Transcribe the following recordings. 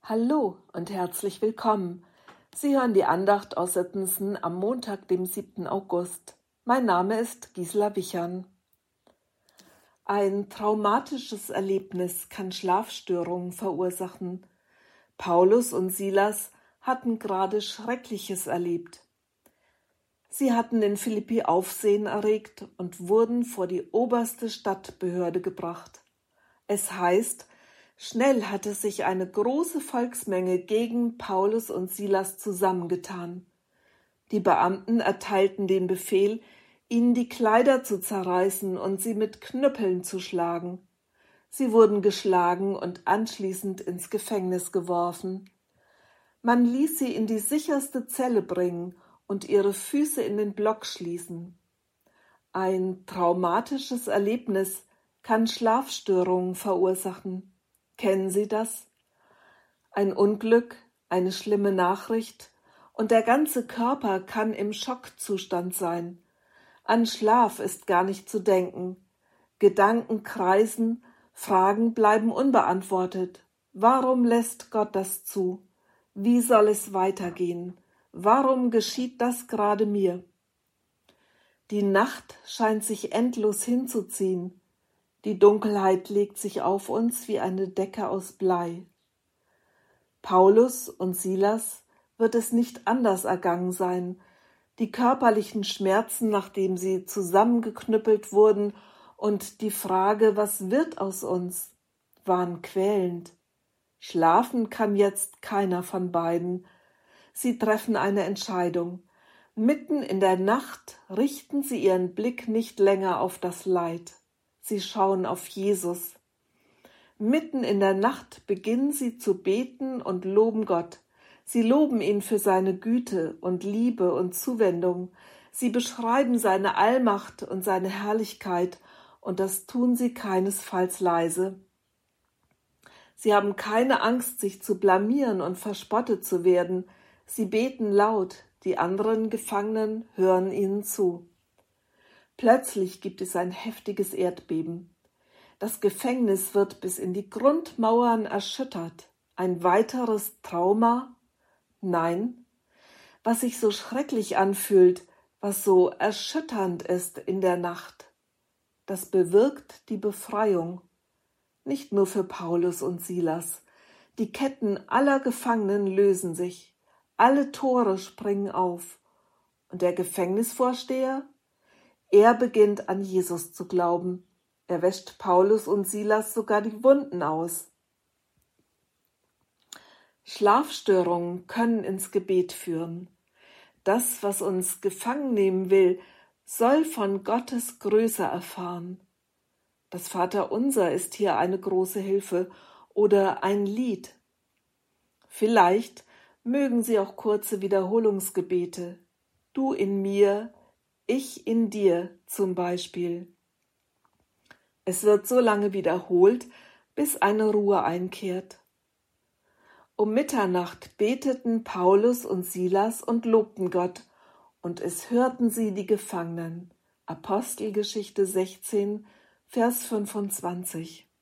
Hallo und herzlich willkommen. Sie hören die Andacht aus Sittensen am Montag, dem 7. August. Mein Name ist Gisela Wichern. Ein traumatisches Erlebnis kann Schlafstörungen verursachen. Paulus und Silas hatten gerade Schreckliches erlebt. Sie hatten in Philippi Aufsehen erregt und wurden vor die oberste Stadtbehörde gebracht. Es heißt, schnell hatte sich eine große Volksmenge gegen Paulus und Silas zusammengetan. Die Beamten erteilten den Befehl, ihnen die Kleider zu zerreißen und sie mit Knüppeln zu schlagen. Sie wurden geschlagen und anschließend ins Gefängnis geworfen. Man ließ sie in die sicherste Zelle bringen und ihre Füße in den Block schließen. Ein traumatisches Erlebnis kann Schlafstörungen verursachen. Kennen Sie das? Ein Unglück, eine schlimme Nachricht und der ganze Körper kann im Schockzustand sein. An Schlaf ist gar nicht zu denken. Gedanken kreisen, Fragen bleiben unbeantwortet. Warum lässt Gott das zu? Wie soll es weitergehen? Warum geschieht das gerade mir? Die Nacht scheint sich endlos hinzuziehen. Die Dunkelheit legt sich auf uns wie eine Decke aus Blei. Paulus und Silas wird es nicht anders ergangen sein. Die körperlichen Schmerzen, nachdem sie zusammengeknüppelt wurden, und die Frage, was wird aus uns, waren quälend. Schlafen kann jetzt keiner von beiden. Sie treffen eine Entscheidung. Mitten in der Nacht richten sie ihren Blick nicht länger auf das Leid. Sie schauen auf Jesus. Mitten in der Nacht beginnen sie zu beten und loben Gott. Sie loben ihn für seine Güte und Liebe und Zuwendung. Sie beschreiben seine Allmacht und seine Herrlichkeit, und das tun sie keinesfalls leise. Sie haben keine Angst, sich zu blamieren und verspottet zu werden. Sie beten laut, die anderen Gefangenen hören ihnen zu. Plötzlich gibt es ein heftiges Erdbeben. Das Gefängnis wird bis in die Grundmauern erschüttert. Ein weiteres Trauma? Nein. Was sich so schrecklich anfühlt, was so erschütternd ist in der Nacht, das bewirkt die Befreiung. Nicht nur für Paulus und Silas. Die Ketten aller Gefangenen lösen sich. Alle Tore springen auf. Und der Gefängnisvorsteher? Er beginnt an Jesus zu glauben. Er wäscht Paulus und Silas sogar die Wunden aus. Schlafstörungen können ins Gebet führen. Das, was uns gefangen nehmen will, soll von Gottes Größe erfahren. Das Vaterunser ist hier eine große Hilfe oder ein Lied. Vielleicht mögen Sie auch kurze Wiederholungsgebete. Du in mir, ich in dir zum Beispiel. Es wird so lange wiederholt, bis eine Ruhe einkehrt. Um Mitternacht beteten Paulus und Silas und lobten Gott, und es hörten sie die Gefangenen. Apostelgeschichte 16, Vers 25.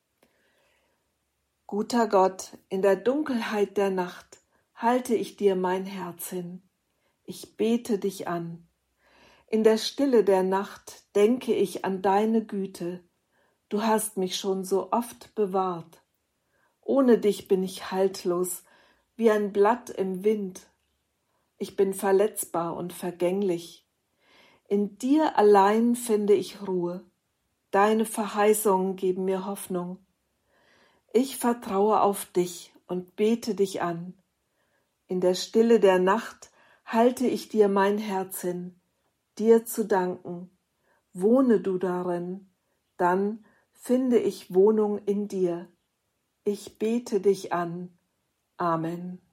Guter Gott, in der Dunkelheit der Nacht halte ich dir mein Herz hin. Ich bete dich an. In der Stille der Nacht denke ich an deine Güte. Du hast mich schon so oft bewahrt. Ohne dich bin ich haltlos, wie ein Blatt im Wind. Ich bin verletzbar und vergänglich. In dir allein finde ich Ruhe. Deine Verheißungen geben mir Hoffnung. Ich vertraue auf dich und bete dich an. In der Stille der Nacht halte ich dir mein Herz hin, dir zu danken. Wohne du darin, dann finde ich Wohnung in dir. Ich bete dich an. Amen.